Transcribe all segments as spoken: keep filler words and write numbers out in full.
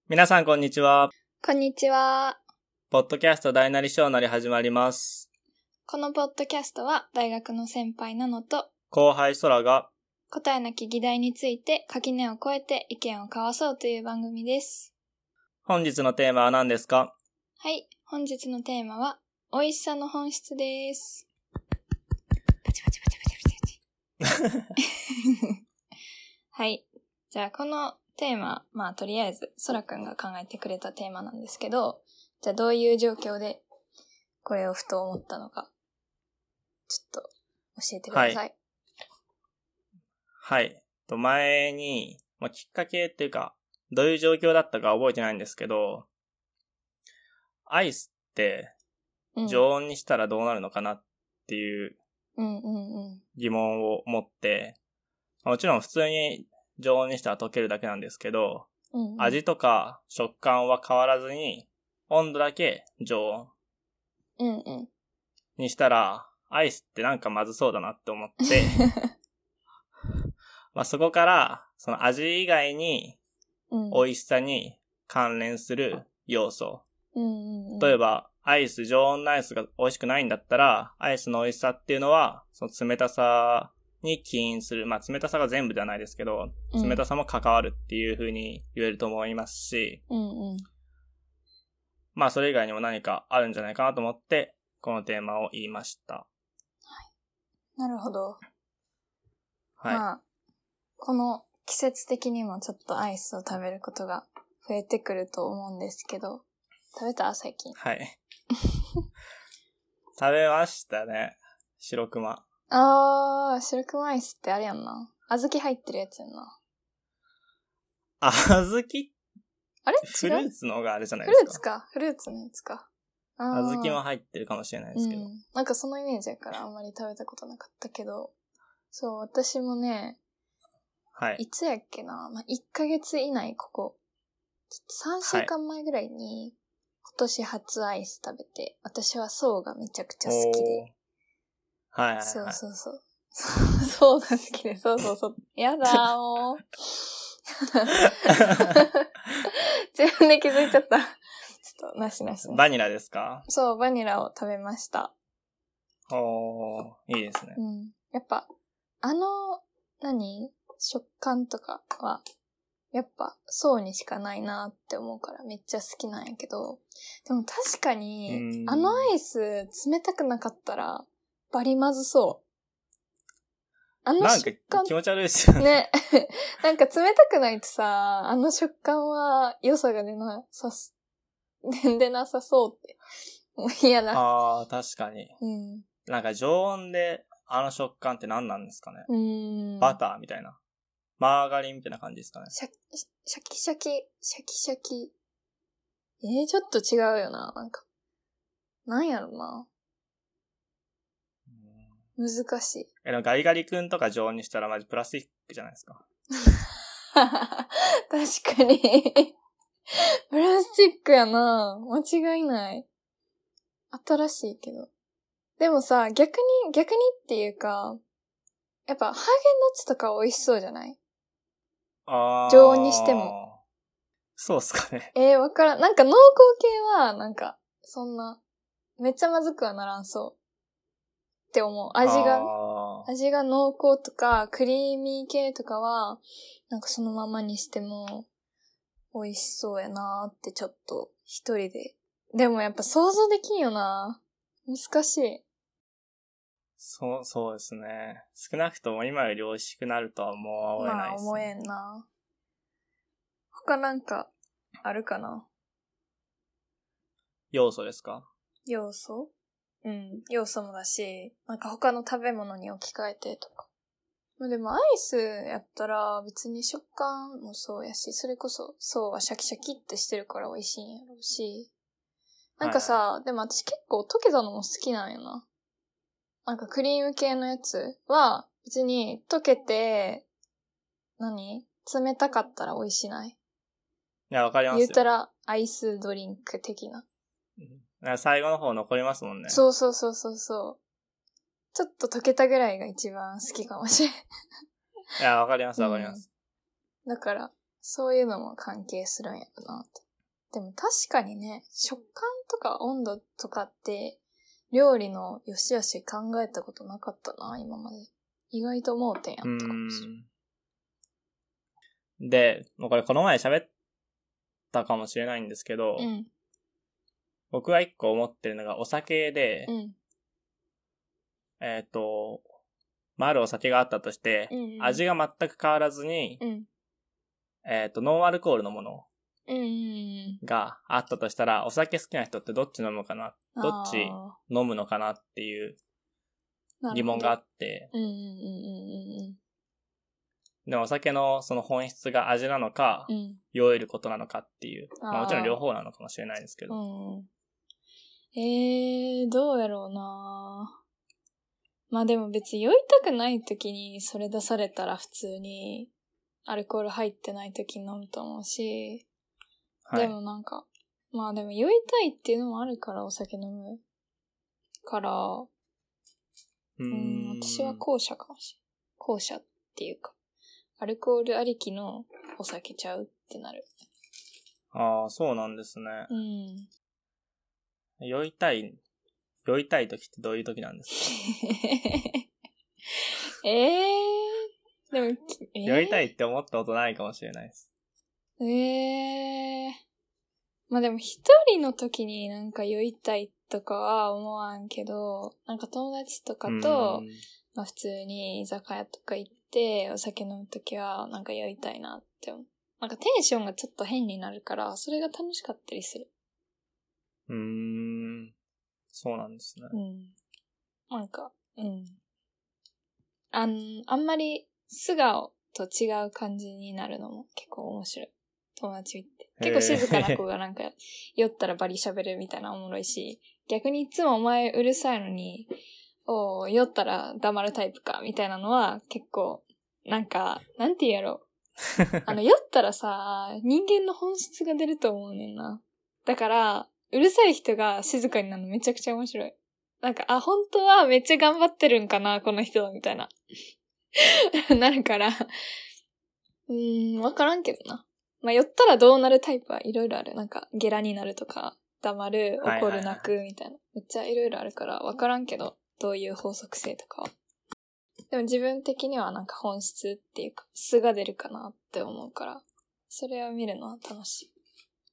皆さんこんにちは。 こんにちは。 ポッドキャスト大なり小なり始まります。 このポッドキャストは大学の先輩なのと後輩空が答えなき議題について垣根を越えて意見を交わそうという番組です。 本日のテーマは何ですか？ はい、本日のテーマは美味しさの本質です。パチパチパチパチパチパチはい、じゃあこのテーマ、まあとりあえず空くんが考えてくれたテーマなんですけど、じゃあどういう状況でこれをふと思ったのかちょっと教えてください。 はい。はい。と前に、まあ、きっかけっていうか、どういう状況だったか覚えてないんですけど、アイスって常温にしたらどうなるのかなっていう疑問を持って、もちろん普通に常温にしたら溶けるだけなんですけど、うんうん、味とか食感は変わらずに、温度だけ常温にしたら、アイスってなんかまずそうだなって思って、まあそこから、その味以外に、美味しさに関連する要素。うんうんうん、例えば、アイス、常温のアイスが美味しくないんだったら、アイスの美味しさっていうのは、その冷たさに起因する。まあ冷たさが全部ではないですけど、冷たさも関わるっていう風に言えると思いますし、うんうん、まあそれ以外にも何かあるんじゃないかなと思って、このテーマを言いました。はい。 なるほど。 はい。 まあ、この季節的にもちょっとアイスを食べることが増えてくると思うんですけど、食べた？最近。 はい。食べましたね。白熊。 あー、白熊アイスってあれやんな。小豆入ってるやつやんな。 あ、小豆？ あれ？ フルーツの方があれじゃないですか。 フルーツか。フルーツのやつか。 小豆も入ってるかもしれないですけど、うん。 なんかそのイメージやからあんまり食べたことなかったけど、そう、私もね、 はい。 いつやっけな、まあ、いっかげつ以内ここ、さんしゅうかんまえぐらいに、今年初アイス食べて、私は層がめちゃくちゃ好きで。 はいはいはい。 そうそうそう。層が好きで、そうそうそう。やだーもう。自分で気づいちゃった。ちょっと、なしなしなし。 バニラですか？ そう、バニラを食べました。 おー、いいですね。 うん。やっぱ、あの、何？食感とかは、やっぱ、層にしかないなって思うからめっちゃ好きなんやけど、でも確かに、あのアイス冷たくなかったら、バリまずそう。あの食感。 なんか気持ち悪いですよね。 ね。なんか冷たくないとさ、あの食感は良さが出なさす、出なさそうって。もう嫌だ。 ああ、確かに。 うん。 なんか常温であの食感って何なんですかね。 うーん。 バターみたいな。マーガリンみたいな感じですかね。 シャキ、シャキシャキ、シャキシャキ。えー、ちょっと違うよな、なんか。なんやろな。難しい。 え、でもガリガリ君とか常温にしたらマジプラスチックじゃないですか。 確かに。プラスチックやな。間違いない。新しいけど。でもさ、逆に、逆にっていうか、やっぱハーゲンダッツとか美味しそうじゃない？あー。常温にしても。 そうっすかね。 えー、わからん。なんか濃厚系は、なんか、そんな、めっちゃまずくはならんそう。って思う。味が、味が濃厚とか、クリーミー系とかは、なんかそのままにしても、美味しそうやなーってちょっと、一人で。でもやっぱ想像できんよな。難しい。 そう、そうですね。少なくとも今より美味しくなるとはもう思えないですね。 まあ思えんな。他なんか、あるかな？ 要素ですか？ 要素？うん。要素もだし、なんか他の食べ物に置き換えてとか。でもアイスやったら別に食感もそうやし、それこそ層はシャキシャキってしてるから美味しいんやろうし。なんかさ、はいはい、でも私結構溶けたのも好きなんよな。なんかクリーム系のやつは別に溶けて、何？冷たかったら美味しない？ いや、わかりますよ。 言ったらアイスドリンク的な。 うん、最後の方残りますもんね。 そうそうそうそうそう。ちょっと溶けたぐらいが一番好きかもしれん。いや、わかりますわかります、 うん。だから、 そういうのも関係するんやろなって。でも確かにね、食感とか温度とかって、料理の良し悪し考えたことなかったな、今まで。意外と盲点やったかもしれない。 で、もうこれこの前喋ったかもしれないんですけど、うん、僕が一個思ってるのがお酒で、うん、えっと、まあ、あるお酒があったとして、うんうん、味が全く変わらずに、うん、えっと、ノンアルコールのものがあったとしたら、お酒好きな人ってどっち飲むかな、どっち飲むのかなっていう疑問があって、でもお酒のその本質が味なのか、うん、酔えることなのかっていう、まあ、もちろん両方なのかもしれないですけど。 うん、えー、どうやろうな。まあでも別に酔いたくない時にそれ出されたら普通にアルコール入ってない時に飲むと思うし、はい、でもなんか、まあでも酔いたいっていうのもあるからお酒飲むから、うーん、私は後者かもしれない。後者っていうか、アルコールありきのお酒ちゃうってなる。 ああ、そうなんですね。うん。酔いたい、酔いたい時ってどういう時なんですか？ ええー、でも、 えー、酔いたいって思ったことないかもしれないです。 ええー。まあでも一人の時になんか酔いたいとかは思わんけど、なんか友達とかと、まあ普通に居酒屋とか行ってお酒飲む時はなんか酔いたいなって思う。なんかテンションがちょっと変になるから、それが楽しかったりする。 うーん。そうなんですね。 うん。なんか、うん。あん、あんまり素顔と違う感じになるのも結構面白い。友達行って。結構静かな子がなんか、酔ったらバリ喋るみたいなおもろいし、逆にいつもお前うるさいのに、お酔ったら黙るタイプか、みたいなのは結構、なんか、なんて言うやろ。あの、酔ったらさ、人間の本質が出ると思うねんな。だから、うるさい人が静かになるのめちゃくちゃ面白い。なんか、あ、本当はめっちゃ頑張ってるんかな、この人、みたいな。なるから、うーん、わからんけどな。まあ、酔ったらどうなるタイプはいろいろある。なんか、ゲラになるとか、黙る、怒る、泣く、みたいな。めっちゃいろいろあるからわからんけど、どういう法則性とかは。でも自分的にはなんか本質っていうか、素が出るかなって思うから、それを見るのは楽しい。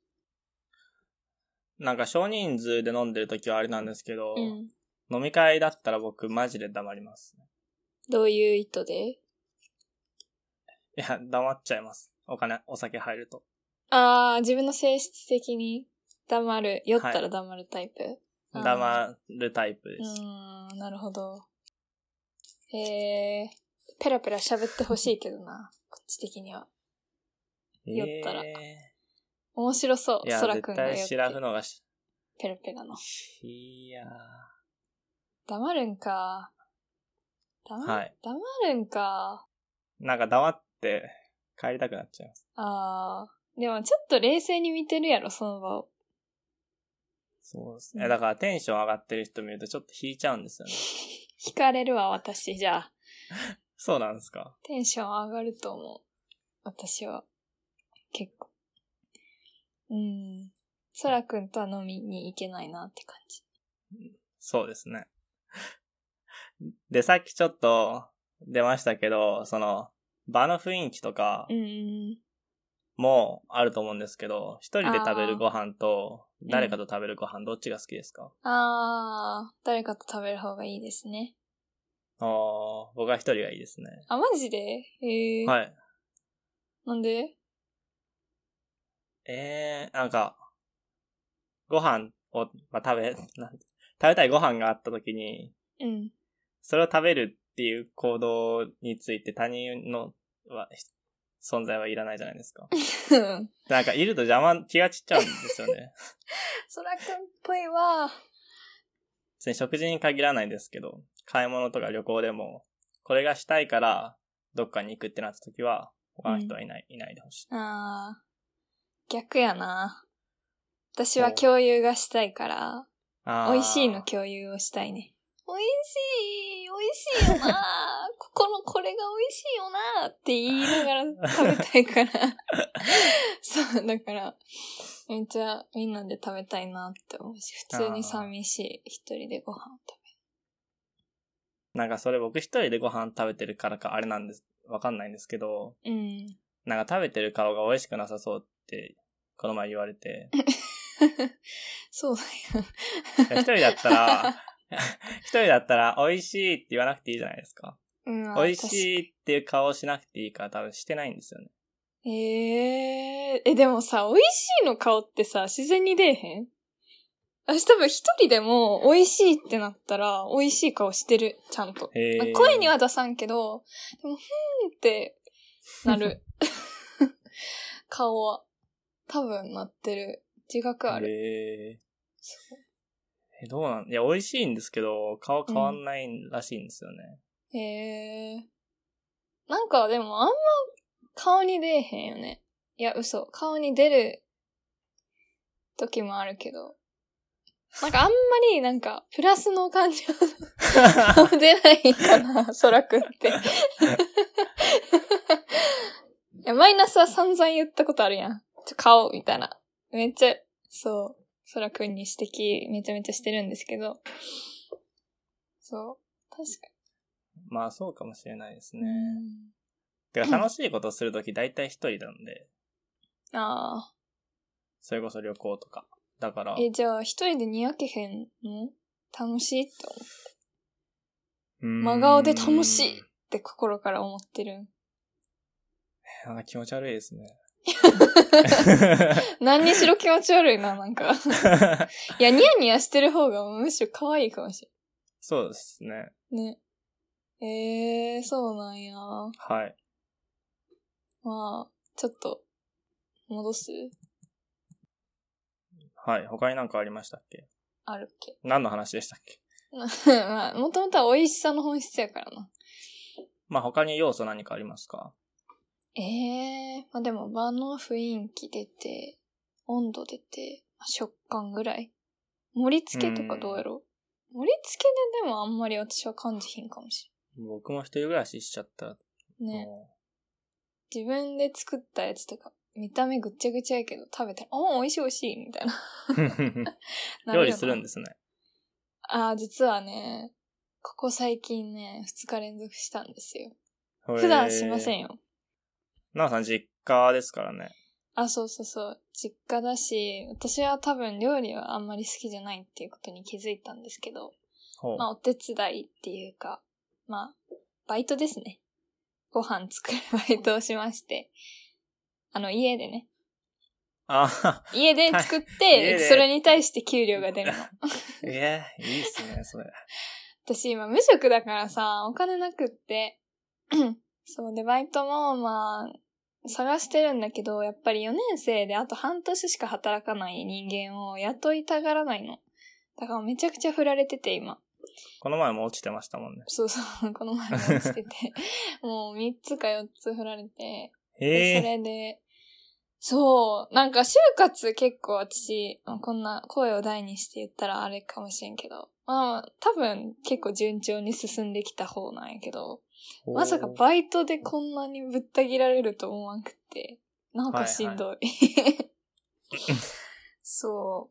なんか少人数で飲んでるときはあれなんですけど、うん、飲み会だったら僕マジで黙ります、ね。 どういう意図で？ いや、黙っちゃいます。お金、お酒入ると。 ああ、自分の性質的に黙る、酔ったら黙るタイプ？ はい、黙るタイプです。 うーん、なるほど。へえ、ペラペラ喋ってほしいけどな、こっち的には。酔ったら。えー、面白そう、ソラくんが酔って。 絶対シラフのがし。 ペラペラの。 いやー。 黙るんか。黙、はい、黙るんか。 なんか黙って帰りたくなっちゃいます。 あー。でもちょっと冷静に見てるやろ、その場を。 そうですね。うん、だからテンション上がってる人見るとちょっと引いちゃうんですよね。 引かれるわ、私、じゃあ。 そうなんですか？ テンション上がると思う。私は。結構。うん。ソラくんとは飲みに行けないなって感じ。 そうですね。で、さっきちょっと出ましたけど、その、場の雰囲気とかもあると思うんですけど、一人で食べるご飯と誰かと食べるご飯、どっちが好きですか？ あー、誰かと食べる方がいいですね。 あー、僕は一人がいいですね。 あ、マジで？へー。はい。なんで？ えー、なんか、ご飯を、まあ、食べ、なん食べたいご飯があった時に、うん。それを食べるっていう行動について他人のは存在はいらないじゃないですか。なんかいると邪魔、気が散っちゃうんですよね。 そらくんっぽいわ。 別に食事に限らないですけど、買い物とか旅行でも、これがしたいからどっかに行くってなった時は、他の人はいない、うん、いないでほしい。 あー。逆やな。私は共有がしたいから、美味しいの共有をしたいね。美味しい、美味しいよな。ここのこれが美味しいよなって言いながら食べたいから。そう、だから、めっちゃみんなで食べたいなって思うし、普通に寂しい。一人でご飯食べる。 なんかそれ僕一人でご飯食べてるからかあれなんです。わかんないんですけど。 うん。 なんか食べてる顔が美味しくなさそうって、この前言われて。 そうだよ。 一人だったら、一人だったら美味しいって言わなくていいじゃないですか。うん、美味しいっていう顔しなくていいから多分してないんですよね。 えー、え、でもさ、美味しいの顔ってさ、自然に出えへん？私多分一人でも美味しいってなったら美味しい顔してる、ちゃんと。声には出さんけど、でも、ふーんってなる。顔は。多分なってる。自覚ある。 へー。そう。え、どうなん？いや、美味しいんですけど、顔変わんないらしいんですよね。 うん、へー。なんかでもあんま顔に出えへんよね。いや、嘘。顔に出る時もあるけど。なんかあんまりなんか、プラスの感情出ないかな、空くんって。いや、マイナスは散々言ったことあるやん。ちょ、顔、みたいな。めっちゃ、そう、空くんに指摘めちゃめちゃしてるんですけど。そう、確かに。まあそうかもしれないですね。てか楽しいことするとき大体一人なんで。ああ。それこそ旅行とか。だから。 え、じゃあ一人でにやけへんの？楽しいって思って。真顔で楽しいって心から思ってる。 なんか気持ち悪いですね。 何にしろ気持ち悪いな、なんか。いや、ニヤニヤしてる方がむしろ可愛いかもしれん。 そうですね。 ね。えー、そうなんや。はい。まあ、ちょっと、戻す？ はい。他に何かありましたっけ？ あるっけ？ 何の話でしたっけ？ まあ、もともとは美味しさの本質やからな。 まあ他に要素何かありますか？ ええー、まあでも場の雰囲気出て、温度出て、食感ぐらい。盛り付けとかどうやろう？盛り付けででもあんまり私は感じひんかもしれん。僕も一人暮らししちゃったら。ね。 自分で作ったやつとか、見た目ぐっちゃぐちゃやけど食べたら、おー、美味しい美味しいみたいな。料理するんですね。 ああ、実はね、ここ最近ね、二日連続したんですよ。普段しませんよ。 なおさん実家ですからね。 あ、そうそうそう。実家だし、私は多分料理はあんまり好きじゃないっていうことに気づいたんですけど、まあお手伝いっていうか、まあ、バイトですね。ご飯作るバイトをしまして、あの家でね。あ家で作って、それに対して給料が出るの。 ええ、いいっすね、それ。 私今無職だからさ、お金なくって。そうで、バイトもまあ、探してるんだけど、やっぱりよねん生であと半年しか働かない人間を雇いたがらないの。だからめちゃくちゃ振られてて今。 この前も落ちてましたもんね。 そうそう、この前も落ちてて。もうみっつかよっつ振られて。でそれで、そう、なんか就活結構私、こんな声を大にして言ったらあれかもしれんけど、まあ多分結構順調に進んできた方なんやけど、まさかバイトでこんなにぶった切られると思わんくって、なんかしんどい。はいはい、そう。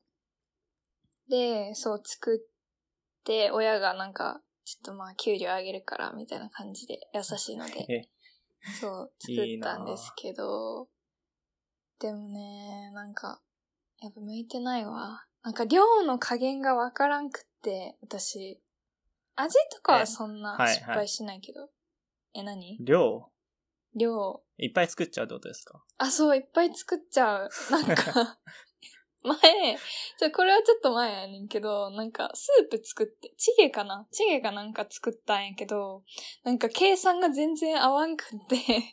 で、そう作って、親がなんか、ちょっとまあ給料上げるからみたいな感じで優しいので、そう作ったんですけど、でもね、なんか、やっぱ向いてないわ。なんか量の加減がわからんくって、私。味とかはそんな失敗しないけど。え、はいはい、え、何？ 量？ 量。 いっぱい作っちゃうってことですか？ あ、そう、いっぱい作っちゃう。なんか、前、ちょ、これはちょっと前やねんけど、なんか、スープ作って、チゲかなチゲかなんか作ったんやけど、なんか計算が全然合わんくって、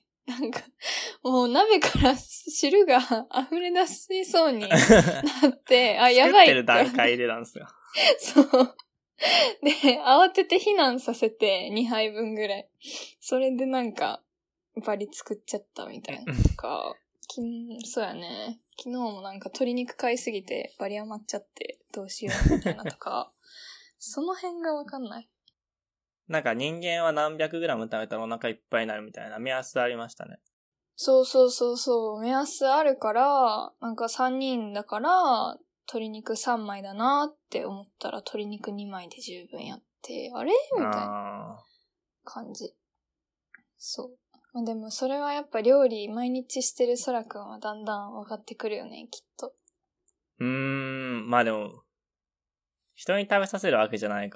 なんか、もう鍋から汁が溢れ出しそうになって、あ、やばいって。作ってる段階でなんですよ。 そう。で、慌てて避難させてにはいぶんぐらい。それでなんか、バリ作っちゃったみたいな。か、きそうやね。昨日もなんか鶏肉買いすぎてバリ余っちゃってどうしようみたいなとか、その辺がわかんない。 なんか人間は何百グラム食べたらお腹いっぱいになるみたいな目安ありましたね。 そうそうそうそう。目安あるから、なんかさんにんだから、鶏肉さんまいだなって思ったら鶏肉にまいで十分やって、あれみたいな感じ。そう。まあ、でもそれはやっぱ料理毎日してる空くんはだんだん分かってくるよね、きっと。 うーん、まあでも、人に食べさせるわけじゃないから、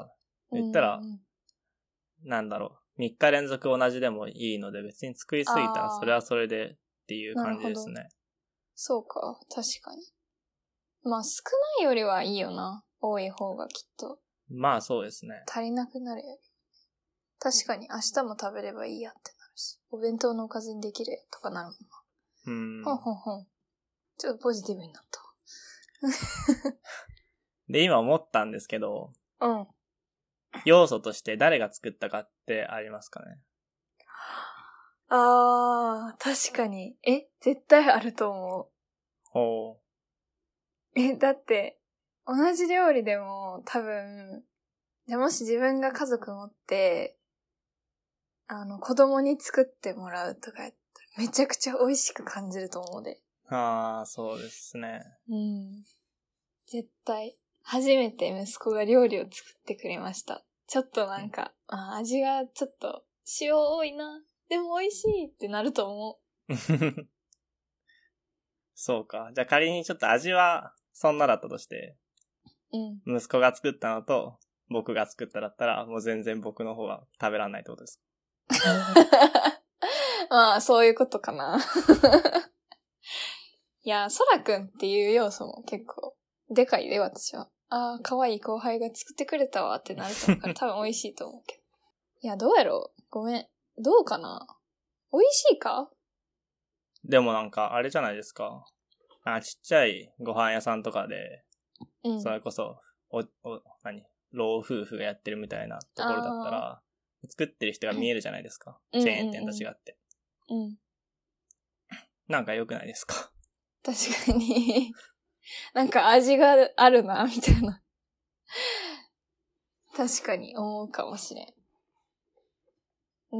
言ったら、なんだろう、みっか連続同じでもいいので別に作りすぎたらそれはそれでっていう感じですね。 そうか、確かに。まあ少ないよりはいいよな。多い方がきっと。 まあそうですね。 足りなくなるより。確かに明日も食べればいいやってなるし。お弁当のおかずにできるとかなるもんな。うん。ほんほんほん。ちょっとポジティブになった。 で、今思ったんですけど。 うん。 要素として誰が作ったかってありますかね？ あー、確かに。え、絶対あると思う。 ほう。 え、だって、同じ料理でも多分、でもし自分が家族持って、あの、子供に作ってもらうとかやったら、めちゃくちゃ美味しく感じると思うで。 ああ、そうですね。 うん。絶対。初めて息子が料理を作ってくれました。ちょっとなんか、あ、味がちょっと塩多いな。でも美味しいってなると思う。 そうか。じゃあ仮にちょっと味はそんなだったとして、うん、息子が作ったのと僕が作っただったら、もう全然僕の方は食べらんないってことですか？ まあ、そういうことかな。いや、そらくんっていう要素も結構でかいで、私は。ああ、可愛い後輩が作ってくれたわってなると思うから多分美味しいと思うけど。いや、どうやろう？ごめん。どうかな？美味しいか？ でもなんか、あれじゃないですか。あ、ちっちゃいご飯屋さんとかで、うん、それこそ、お、お、何？老夫婦がやってるみたいなところだったら、作ってる人が見えるじゃないですか。チェーン店と違って。うん、うん。なんか良くないですか？ 確かに。なんか味があるな、みたいな。確かに思うかもしれん。うん、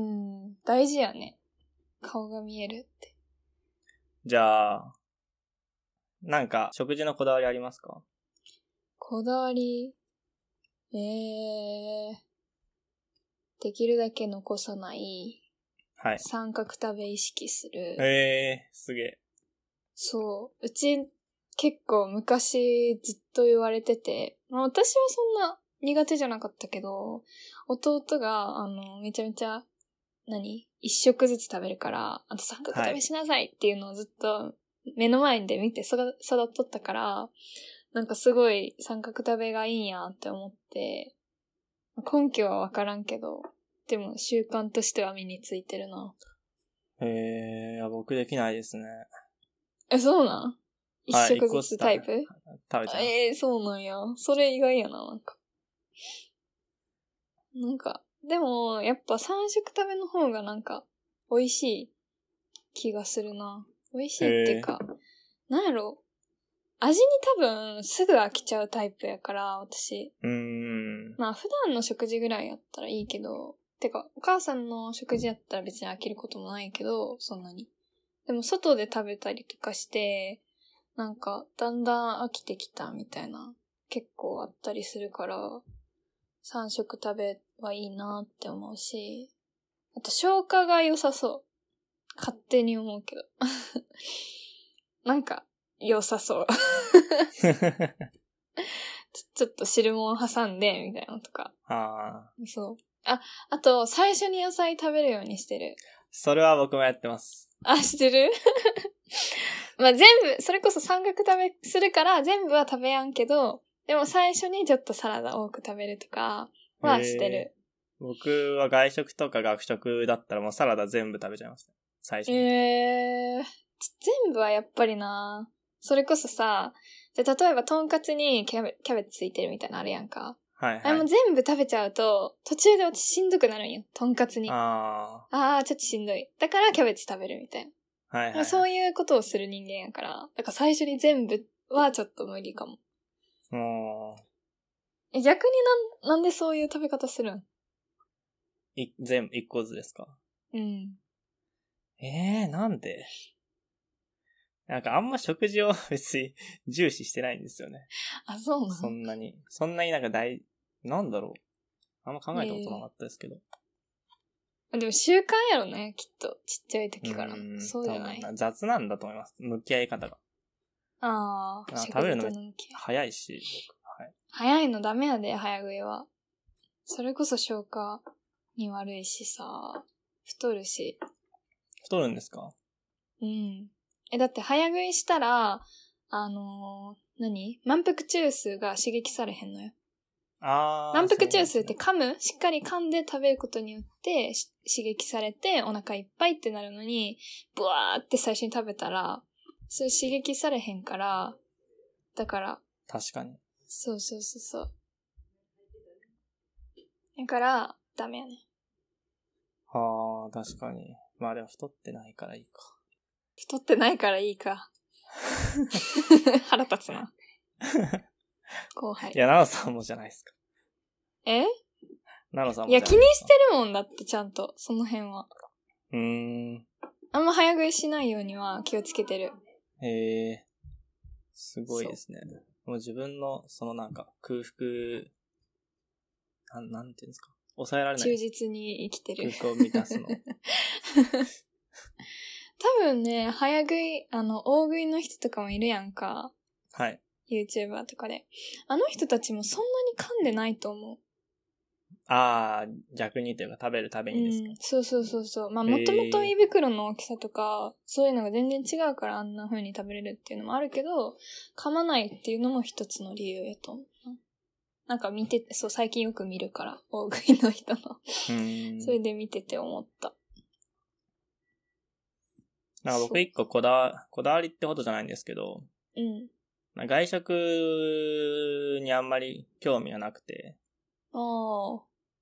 大事やね。顔が見えるって。 じゃあ、なんか食事のこだわりありますか？ こだわり、えー、できるだけ残さない。はい。三角食べ意識する。 えー、すげえ。 そう。うち結構昔ずっと言われてて、まあ、私はそんな苦手じゃなかったけど、弟が、あの、めちゃめちゃ、何？一食ずつ食べるから、あと三角食べしなさいっていうのをずっと目の前で見て育っとったから、なんかすごい三角食べがいいんやって思って、根拠はわからんけど、でも習慣としては身についてるな。 へー、僕できないですね。 え、そうなん？一食ずつタイプ？はい、食べちゃう。えー、そうなんや。それ意外やな、なんか。なんか、でも、やっぱ三食食べの方がなんか、美味しい気がするな。美味しいっていうか、なんやろ。味に多分、すぐ飽きちゃうタイプやから、私。うーん。まあ、普段の食事ぐらいやったらいいけど、てか、お母さんの食事やったら別に飽きることもないけど、そんなに。でも、外で食べたりとかして、なんか、だんだん飽きてきたみたいな、結構あったりするから、三食食べはいいなって思うし、あと消化が良さそう。勝手に思うけど。なんか、良さそうち。ちょっと汁物挟んで、みたいなのとか。ああ。そう。あ、あと、最初に野菜食べるようにしてる。 それは僕もやってます。 あ、してるまあ全部、それこそ三角食べするから全部は食べやんけど、でも最初にちょっとサラダ多く食べるとかはしてる。 僕は外食とか学食だったらもうサラダ全部食べちゃいますね。最初に。 えー、全部はやっぱりな。それこそさ、じゃ例えばトンカツにキャベ、キャベツついてるみたいなのあるやんか。はいはい。あれも全部食べちゃうと、途中で私しんどくなるんよ。トンカツに。ああ。ああ、ちょっとしんどい。だからキャベツ食べるみたいな。はいはい、はい。そういうことをする人間やから。だから最初に全部はちょっと無理かも。うん。え、逆になん、なんでそういう食べ方するん？ い、全部一個ずつですか？ うん。 えー、なんで？なんかあんま食事を別に重視してないんですよね。 あ、そうなの？ そんなに。そんなになんか大、なんだろう。あんま考えたことなかったですけど。 えー、でも習慣やろね、きっと。ちっちゃい時から。うそうじゃない？ 雑なんだと思います。向き合い方が。 ああ、 食べるの早いし、僕。はい。 早いのダメやで、早食いは。それこそ消化に悪いしさ、太るし。 太るんですか？ うん。え、だって早食いしたら、あのー、何？満腹中枢が刺激されへんのよ。 あ満腹中枢って噛む、しっかり噛んで食べることによって刺激されてお腹いっぱいってなるのに、ブワーって最初に食べたら、それ刺激されへんから、だから。 確かに。 そうそうそうそう。だから、ダメやね。 はあ、確かに。まあでも太ってないからいいか。 太ってないからいいか。腹立つな。後輩。 いや、ナノさんもじゃないですか。 え？ ナノさんもいや、気にしてるもんだって、ちゃんと、その辺は。 うーん。 あんま早食いしないようには気をつけてる。 へえ。すごいですね。もう自分の、そのなんか、空腹、なん、なんていうんですか。抑えられない。 忠実に生きてる。 空腹を満たすの。 多分ね、早食い、あの、大食いの人とかもいるやんか。 はい。 YouTuber とかで。あの人たちもそんなに噛んでないと思う。 ああ、逆にというか食べるためにですか？ うん、そうそうそうそう。まあ、もともと胃袋の大きさとか、そういうのが全然違うからあんな風に食べれるっていうのもあるけど、噛まないっていうのも一つの理由やと思う。なんか見てて、そう、最近よく見るから、大食いの人の。うんそれで見てて思った。 なんか僕一個こだわ、こだわりってことじゃないんですけど、うん。外食にあんまり興味がなくて。ああ。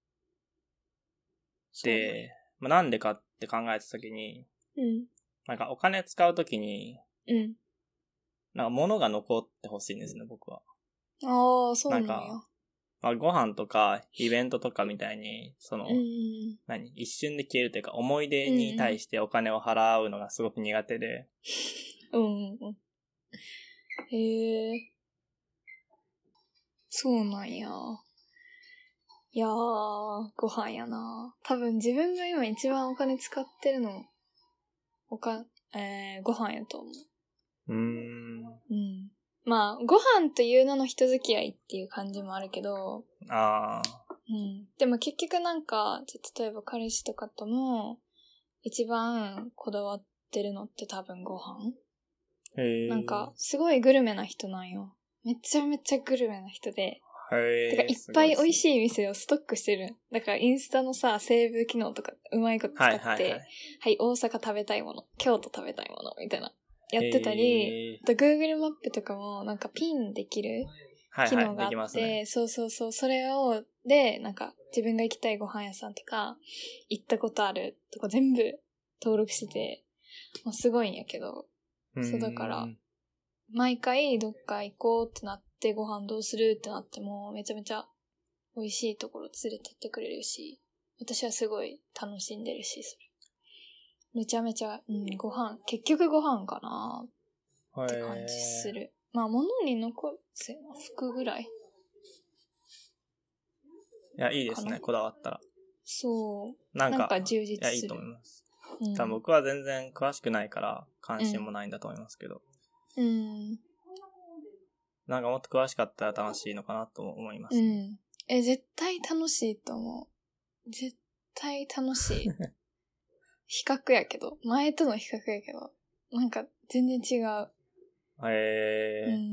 で、まあ、なんでかって考えたときに、うん。なんかお金使うときに、うん。なんか物が残ってほしいんですね、僕は。ああ、そうなんや。なんか、まあ、ご飯とかイベントとかみたいに、その、うん、何一瞬で消えるというか、思い出に対してお金を払うのがすごく苦手で。うん。へえ。そうなんや。いやー、ご飯やな。多分自分が今一番お金使ってるの、おか、えー、ご飯やと思う。うーん。うん。まあ、ご飯という名の人付き合いっていう感じもあるけど。ああ。うん。でも結局なんか、例えば彼氏とかとも、一番こだわってるのって多分ご飯？へえ。なんか、すごいグルメな人なんよ。めちゃめちゃグルメな人で。へえ。てか、いっぱい美味しい店をストックしてる。だからインスタのさ、セーブ機能とかうまいこと使って、はい、はいはい、はい、大阪食べたいもの、京都食べたいもの、みたいな。やってたり、あと Google マップとかもなんかピンできる機能があって、はいはいね、そうそうそう、それを、で、なんか自分が行きたいご飯屋さんとか、行ったことあるとか全部登録してて、まあ、すごいんやけど、そうだから、毎回どっか行こうってなってご飯どうするってなってもめちゃめちゃ美味しいところ連れてってくれるし、私はすごい楽しんでるし、それ。めちゃめちゃ、うん、ご飯、結局ご飯かなって感じする。まあ、物に残せな、服ぐらい。いや、いいですね、こだわったら。そう。なんか、なんか充実する。いや、いいと思います。うん、多分僕は全然詳しくないから関心もないんだと思いますけど。うん。うんなんかもっと詳しかったら楽しいのかなと思います、ね。うん。え、絶対楽しいと思う。絶対楽しい。比較やけど。前との比較やけど。なんか全然違う。へえー。うん。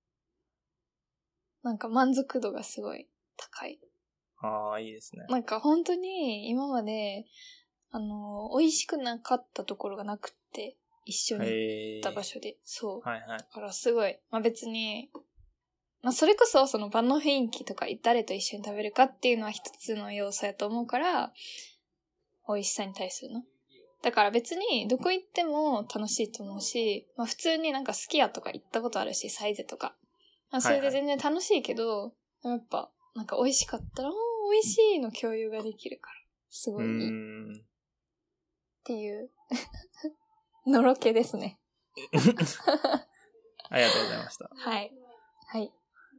なんか満足度がすごい高い。ああ、いいですね。なんか本当に今まで、あの、美味しくなかったところがなくって。一緒に行った場所で。そう。はいはい。だからすごい。まあ別に、まあそれこそその場の雰囲気とか誰と一緒に食べるかっていうのは一つの要素やと思うから、美味しさに対するの。だから別にどこ行っても楽しいと思うし、まあ普通になんかスキヤとか行ったことあるし、サイゼとか。まあそれで全然楽しいけど、はいはい、やっぱなんか美味しかったら、美味しいの共有ができるから。 すごいいい。うーんっていう、のろけですね。 ありがとうございました。 はい。はい。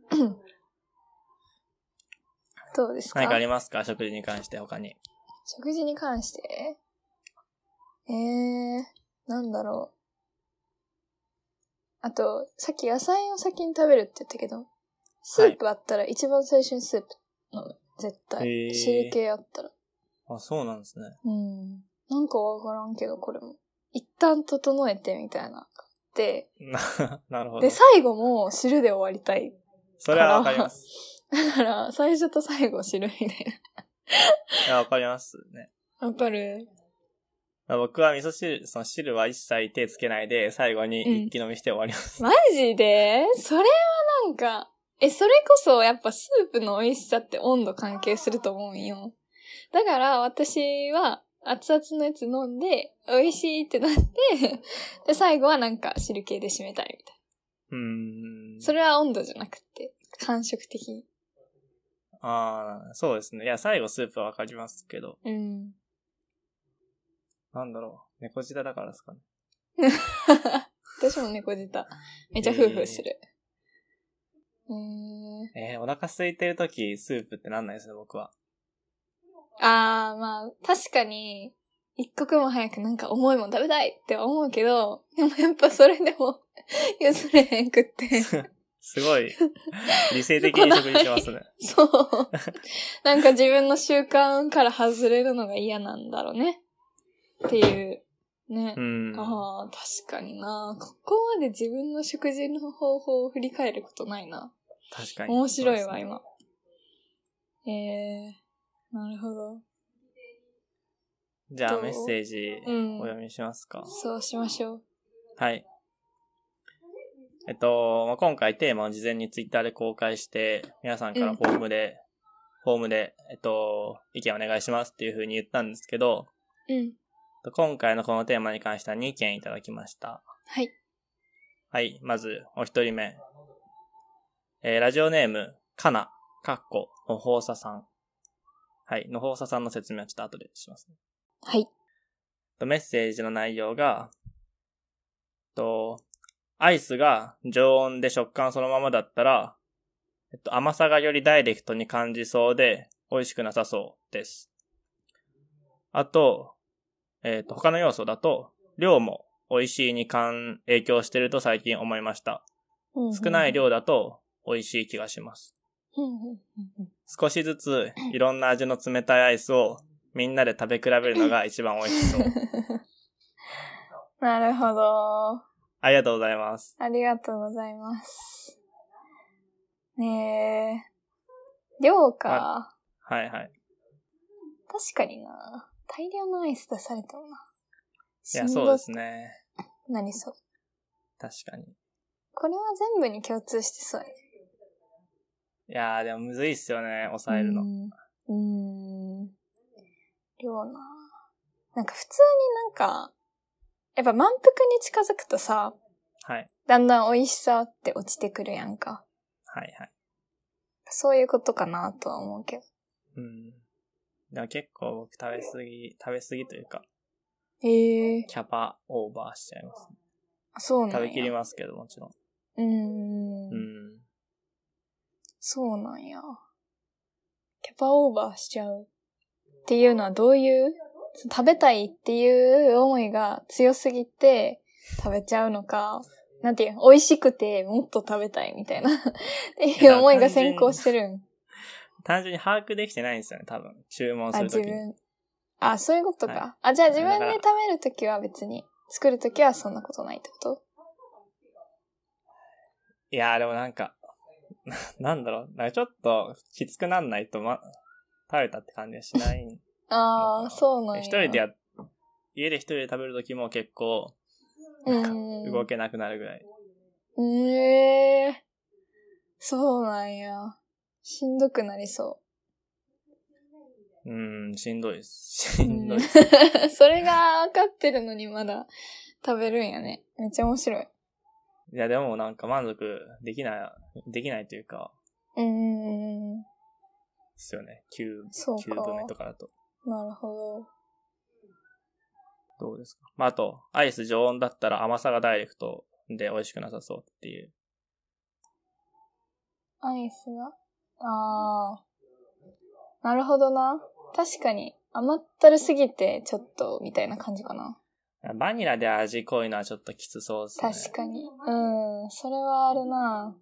どうですか？ 何かありますか？食事に関して他に。 食事に関してえー、なんだろう。あと、さっき野菜を先に食べるって言ったけど、スープあったら一番最初にスープ飲む。絶対。汁系あったら。 あ、そうなんですね。 うん。なんかわからんけど、これも。一旦整えてみたいな。で、 なるほど。 で、最後も汁で終わりたい。 それはわかります。 だから、最初と最後汁みたいな。いや、わかりますね。 わかる。 僕は味噌汁、その汁は一切手つけないで、最後に一気飲みして終わります。 うん、マジで？それはなんか、え、それこそやっぱスープの美味しさって温度関係すると思うんよ。だから私は熱々のやつ飲んで、美味しいってなって、で、最後はなんか汁系で締めたいみたいな。うーん。それは温度じゃなくて、感触的に。 ああ、そうですね。いや、最後スープはわかりますけど。うん。なんだろう。猫舌だからですかね。 私も猫舌。めっちゃフーフーする。 えー、えー、お腹空いてるときスープってなんないですね、僕は。 あー、まあ、確かに、一刻も早くなんか重いもん食べたいって思うけど、でもやっぱそれでも譲れへんくって。 すごい、理性的に食事しますね。 そう。なんか自分の習慣から外れるのが嫌なんだろうね。っていう。ね。うん。ああ、確かにな。ここまで自分の食事の方法を振り返ることないな。 確かに。 面白いわ、ね、今。ええー、なるほど。 じゃあメッセージお読みしますか、うん、 そうしましょう。 はい。えっと、今回テーマを事前にツイッターで公開して、皆さんからフォームで、うん、フォームで、えっと、意見お願いしますっていう風に言ったんですけど、うん。今回のこのテーマに関してはにけんいただきました。はい。はい。まず、お一人目。えー、ラジオネーム、かな、かっこ、のほうささん。はい。のほうささんの説明はちょっと後でしますね。はい。メッセージの内容が、と、アイスが常温で食感そのままだったら、えっと、甘さがよりダイレクトに感じそうで、美味しくなさそうです。あと、えっと、他の要素だと、量も美味しいに影響してると最近思いました。少ない量だと美味しい気がします。少しずついろんな味の冷たいアイスをみんなで食べ比べるのが一番美味しそう。 なるほど。 ありがとうございます。 ありがとうございます。ねえ。量か、ま。 はいはい。 確かにな。大量のアイス出されたもな。 いや、そうですね。 何そう。 確かに。 これは全部に共通してそうやね。 いやー、でもむずいっすよね、抑えるの。うーん。 うーん。量な。なんか普通になんか、やっぱ満腹に近づくとさ、はい。だんだん美味しさって落ちてくるやんか。 はいはい。 そういうことかなとは思うけど。 うん。でも結構僕食べ過ぎ、食べ過ぎというか。 へえ。 キャパオーバーしちゃいますね。 そうなんや。 食べきりますけどもちろん。うーん。 うん。そうなんや。キャパオーバーしちゃうっていうのはどういう食べたいっていう思いが強すぎて食べちゃうのか、なんていう、美味しくてもっと食べたいみたいなっていう思いが先行してるん。 単純に把握できてないんですよね、多分。注文するときに。 あ、自分。あ、そういうことか。はい、あ、じゃあ自分で食べるときは別に、作るときはそんなことないってこと？ いやーでもなんか、なんだろう、なんかちょっときつくなんないとま、食べたって感じはしない。 ああ、そうなんや。 一人でや、家で一人で食べるときも結構、なんか動けなくなるぐらい。 うーん、えー、そうなんや。しんどくなりそう。 うーん、しんどいです。しんどいです。 それが分かってるのにまだ食べるんやね。めっちゃ面白い。 いや、でもなんか満足できない、できないというか。うーん。ですよね。きゅう、きゅうぶめとかだと。 なるほど。 どうですか？まあ、あと、アイス常温だったら甘さがダイレクトで美味しくなさそうっていう。 アイスがああ。なるほどな。確かに、甘ったるすぎて、ちょっと、みたいな感じかな。 バニラで味濃いのはちょっときつそうですね。 確かに。うん、それはあるな。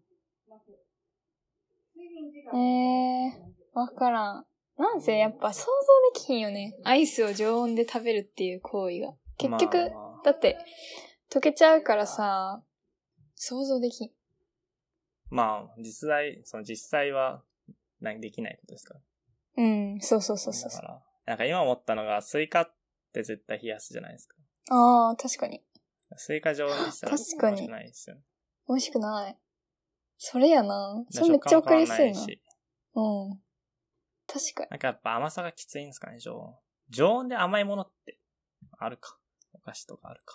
えー、わからん。なんせやっぱ想像できひんよね。アイスを常温で食べるっていう行為が。結局、まあまあ、だって、溶けちゃうからさ、想像できん。 まあ、実際、その実際は、何できないことですか？ うん、そうそうそうそう。 だから、なんか今思ったのが、スイカって絶対冷やすじゃないですか。 ああ、確かに。 スイカ常温にしたら美味しくないですよね。 美味しくない。それやな。それめっちゃわかりやすいな。うん。確かに。 なんかやっぱ甘さがきついんですかね、常温。常温で甘いものってあるか。お菓子とかあるか。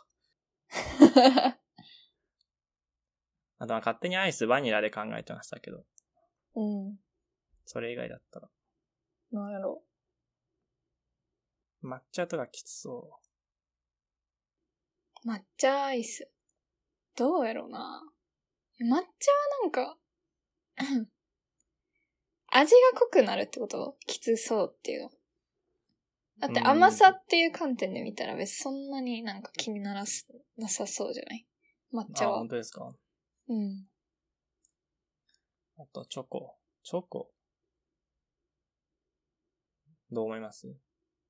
あとは勝手にアイスバニラで考えてましたけど。 うん。 それ以外だったら。 なんやろ。 抹茶とかきつそう。 抹茶アイス。どうやろうな。抹茶はなんか、味が濃くなるってこと？きつそうっていうの。だって甘さっていう観点で見たら別にそんなになんか気にならす、なさそうじゃない？抹茶は。 あ、本当ですか？ うん。 あと、チョコ。チョコ。どう思います？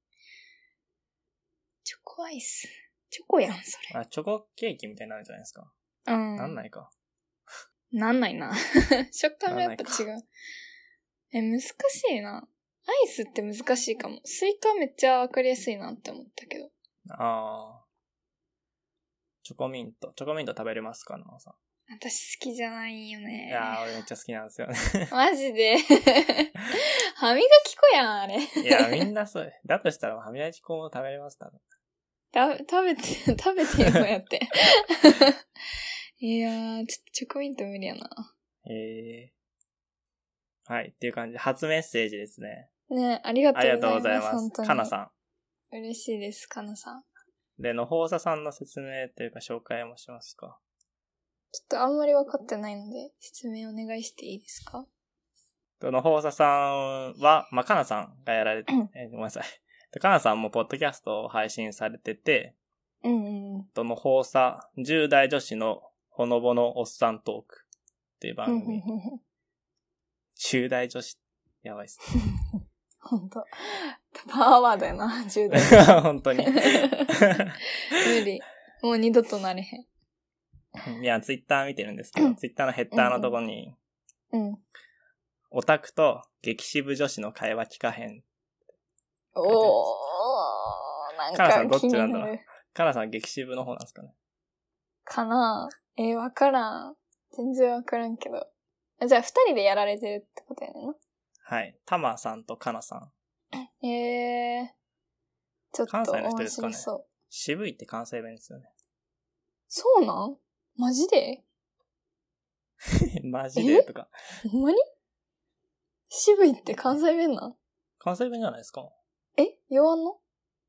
チョコアイス。チョコやん、それ。 あ、チョコケーキみたいになるじゃないですか。 うん。 なんないか。 なんないな。食感がやっぱ違う。え、難しいな。アイスって難しいかも。スイカめっちゃわかりやすいなって思ったけど。 ああ。チョコミント。チョコミント食べれますか、なおさん。 私好きじゃないよね。 いやー、俺めっちゃ好きなんですよね。 マジで歯磨き粉やん、あれ。 いや、みんなそう。だとしたら歯磨き粉も食べれます、多分。 た、食べて、食べてよ、こうやって。いやー、ちょっとチョコミント無理やな。 へえー。はい、っていう感じで、初メッセージですね。 ね、ありがとうございます。ありがとうございます。かなさん。嬉しいです、かなさん。 で、のほうささんの説明というか紹介もしますか？ ちょっとあんまり分かってないので、説明お願いしていいですか？ のほうささんは、まあ、かなさんがやられて、えー、ごめんなさい。かなさんもポッドキャストを配信されてて、 うんうんうん。 とのほうさ、じゅう代女子のほのぼのおっさんトークっていう番組。じゅう代女子、やばいっすね。 ほんと。パワーワードやな、じゅう代。 本当に。無理。もう二度となれへん。いや、ツイッター見てるんですけど、ツイッターのヘッダーのとこに、 うん、うん。 オタクと激渋女子の会話聞かへん。 おー、なんかかなさんどっちなんだろう。かなさん激渋の方なんですかね。 かなぁ。えー、わからん。全然わからんけど。じゃあ二人でやられてるってことやねんな。 はい。たまさんとかなさん。 えー。ちょっと面白そう。関西の人ですかね。 渋いって関西弁ですよね。 そうなん？マジでマジでとか。 ほんまに？渋いって関西弁なん？ 関西弁じゃないですか？ え？言わんの？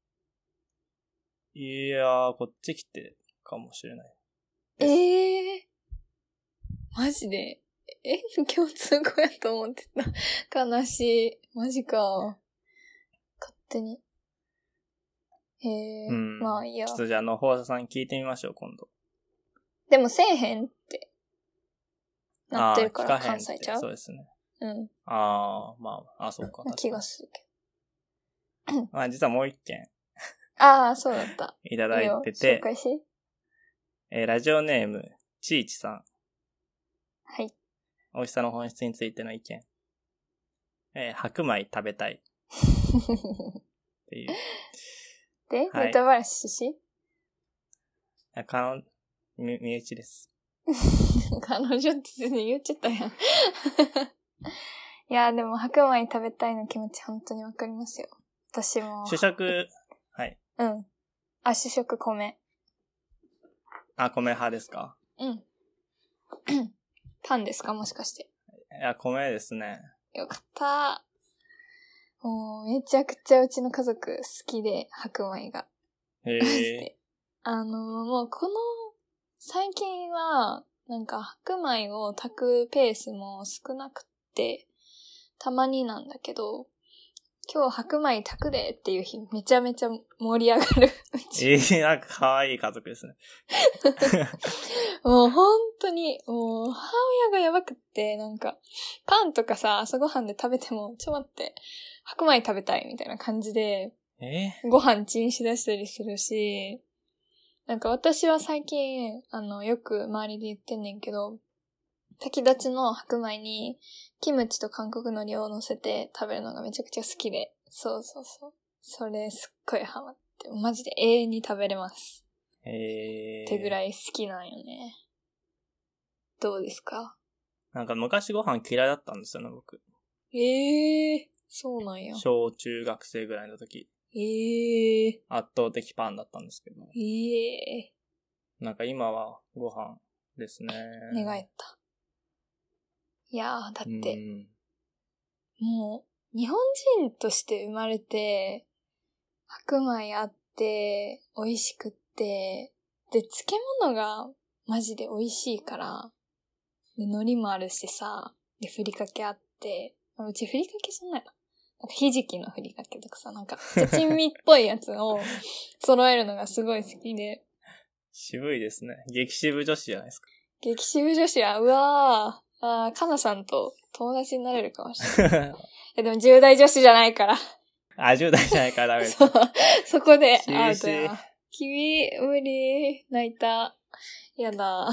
いやー、こっち来てかもしれない。 ええー。マジで？え、共通語やと思ってた。悲しい。マジか。勝手に。へえ、うん、まあいいや。 ちょっとじゃあ、のほうささん聞いてみましょう、今度。 でもせえへんってなってるから、関西ちゃう？ そうですね。 うん。 ああ、まあ、あ、そうか。 気がするけど。まあ、実はもう一件。 ああ、そうだった。 いただいてて。 いいよ、紹介し。 えー、ラジオネーム、ちいちさん。 はい。 美味しさの本質についての意見。えー、白米食べたい。っていう。 で、はい、ネタバラシしかの、み、身内です。 彼女って言っちゃったやん。いや、でも白米食べたいの気持ち本当にわかりますよ。私も。 主食、はい。 うん。あ、主食米。 あ、米派ですか？ うん。パンですかもしかして。 いや、米ですね。 よかった。 もうめちゃくちゃうちの家族好きで、白米が。 へえ。 あの、もうこの、最近は、なんか白米を炊くペースも少なくて、たまになんだけど、今日白米炊くでっていう日めちゃめちゃ盛り上がる。 ええー、なんか可愛い家族ですね。 もう本当に、もう母親がやばくって、なんか、パンとかさ、朝ごはんで食べても、ちょっと待って、白米食べたいみたいな感じで、 えー、 ご飯チンしだしたりするし、なんか私は最近、あの、よく周りで言ってんねんけど、炊き立ちの白米に、キムチと韓国海苔を乗せて食べるのがめちゃくちゃ好きで、そうそうそう。それすっごいハマって、マジで永遠に食べれます。 へえー。 ってぐらい好きなんよね。どうですか？ なんか昔ご飯嫌いだったんですよね、僕。 ええー、そうなんや。 小中学生ぐらいの時。 ええー。 圧倒的パンだったんですけど。 ええー。なんか今はご飯ですね。 寝返った。いやー、だって、もう、日本人として生まれて、白米あって、美味しくって、で、漬物がマジで美味しいから、で、海苔もあるしさ、で、ふりかけあって、うちふりかけそんなの。なんかひじきのふりかけとかさ、なんか、チャチンミっぽいやつを揃えるのがすごい好きで。 渋いですね。激渋女子じゃないですか。 激渋女子は、うわー、あー、かなさんと友達になれるかもしれない。いやでもじゅう代女子じゃないから。 あ、じゅう代じゃないからダメです。 そう、そこでアウトや。君、無理、泣いた。やだ。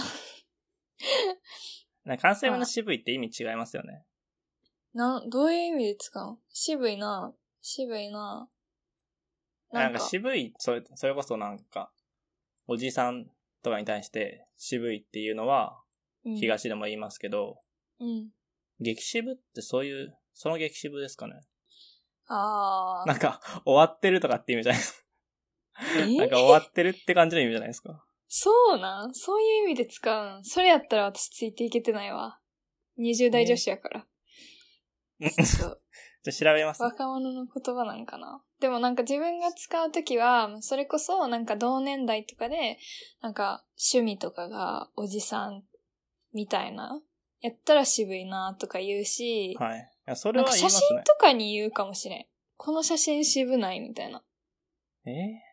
なんか関西弁の渋いって意味違いますよね。 な、どういう意味で使うの？渋いな。渋いな。 なんか、なんか渋い、それ、それこそなんか、おじさんとかに対して渋いっていうのは、東でも言いますけど、 うん。 激渋ってそういう、その激渋ですかね。 あー。 なんか、終わってるとかって意味じゃないですか。えー、なんか終わってるって感じの意味じゃないですか。 そうなん？そういう意味で使うん？それやったら私ついていけてないわ。にじゅう代女子やから。 えー、ちょっと調べます、 ね。若者の言葉なんかな。でもなんか自分が使うときは、それこそなんか同年代とかで、なんか趣味とかがおじさんみたいな、やったら渋いなとか言うし、 はい。いや、それは言いますね。 写真とかに言うかもしれん。この写真渋ないみたいな。 えー、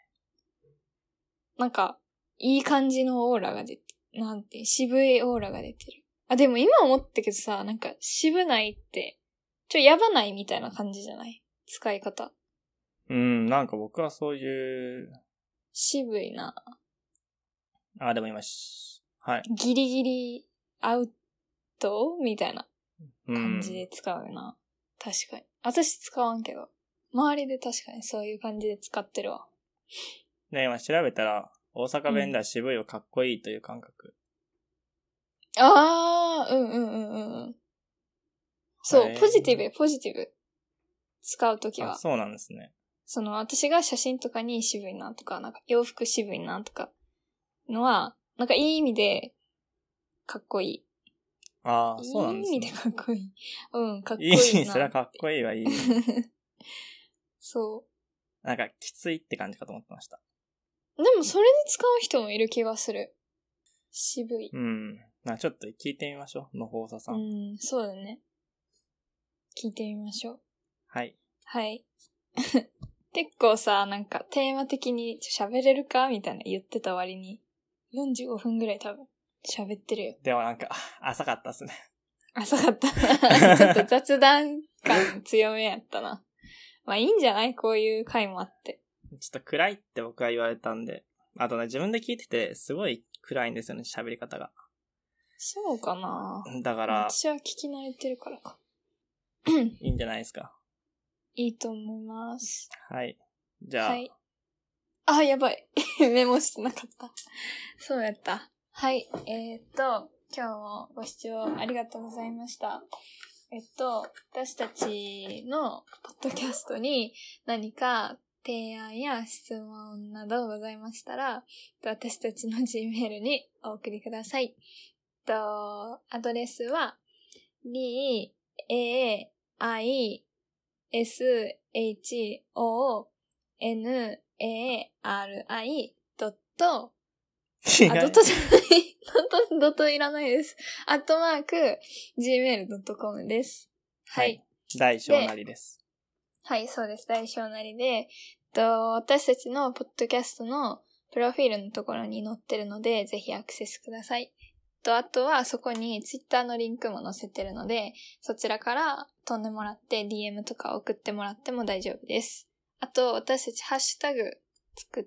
なんか、いい感じのオーラが出て、なんて、渋いオーラが出てる。あ、でも今思ったけどさ、なんか渋ないって、ちょ、やばないみたいな感じじゃない？使い方。 うん、なんか僕はそういう。 渋いな。 あ、でも今し、はい。 ギリギリアウトみたいな感じで使うよな。うん、確かに。私使わんけど。周りで確かにそういう感じで使ってるわ。 ね、今調べたら、大阪弁では渋いをかっこいいという感覚。 うん、あー、うんうんうんうん。そう、ポジティブ、ポジティブ。使うときは。 あ、そうなんですね。 その、私が写真とかに渋いなとか、なんか洋服渋いなとか、のは、なんかいい意味で、かっこいい。 ああ、そうなんですね。 いい意味でかっこいい。うん、かっこいいな。 いい、それはかっこいいはいい。 そう。 なんか、きついって感じかと思ってました。 でも、それで使う人もいる気がする。渋い。 うん。まあちょっと聞いてみましょう、のほうささん。 うん、そうだね。聞いてみましょう。 はい。 はい。結構さ、なんかテーマ的に喋れるかみたいな言ってた割に、よんじゅうごふんぐらい多分喋ってるよ。 でもなんか、浅かったっすね。 浅かった。ちょっと雑談感強めやったな。まあいいんじゃない？こういう回もあって。 ちょっと暗いって僕は言われたんで。あとね、自分で聞いてて、すごい暗いんですよね、喋り方が。 そうかな。 だから。 私は聞き慣れてるからか。 いいんじゃないですか。 いいと思います。 はい。じゃあ。はい。 あ、やばい。メモしてなかった。そうやった。はい。えー、っと、今日もご視聴ありがとうございました。えっと、私たちのポッドキャストに何か提案や質問などございましたら、私たちの Gmail にお送りください。と、アドレスは、り、え、あい、 エスエイチオーエヌエーアールアイ ドット、 違う。 あ、ドットじゃない。ドット、ドットいらないです。アットマーク、ジーメールドットコム です。はい。はい、 大小なりです。 はい、そうです。大小なりで、と私たちのポッドキャストのプロフィールのところに載ってるので、ぜひアクセスください。と、あとはそこにツイッターのリンクも載せてるので、そちらから飛んでもらって ディーエム とか送ってもらっても大丈夫です。あと、私たちハッシュタグ作って、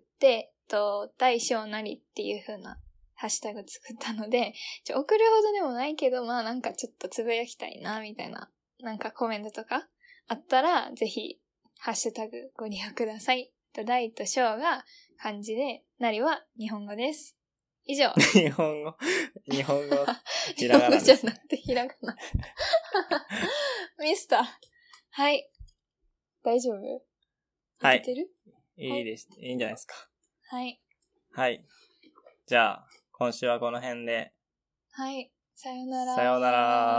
と、大小なりっていう風なハッシュタグ作ったので、ちょ送るほどでもないけど、まあなんかちょっとつぶやきたいな、みたいな、なんかコメントとかあったら、ぜひ、ハッシュタグご利用ください。と、大と小が漢字で、なりは日本語です。以上。 日本語、日本語、ひらがなです、 ね。日本語じゃなくてひらがな。ミスター。はい。大丈夫？ はい。 いけてる？ いいです、はい。いいんじゃないですか。 はい。 はい。じゃあ、今週はこの辺で。 はい。さよなら。 さよなら。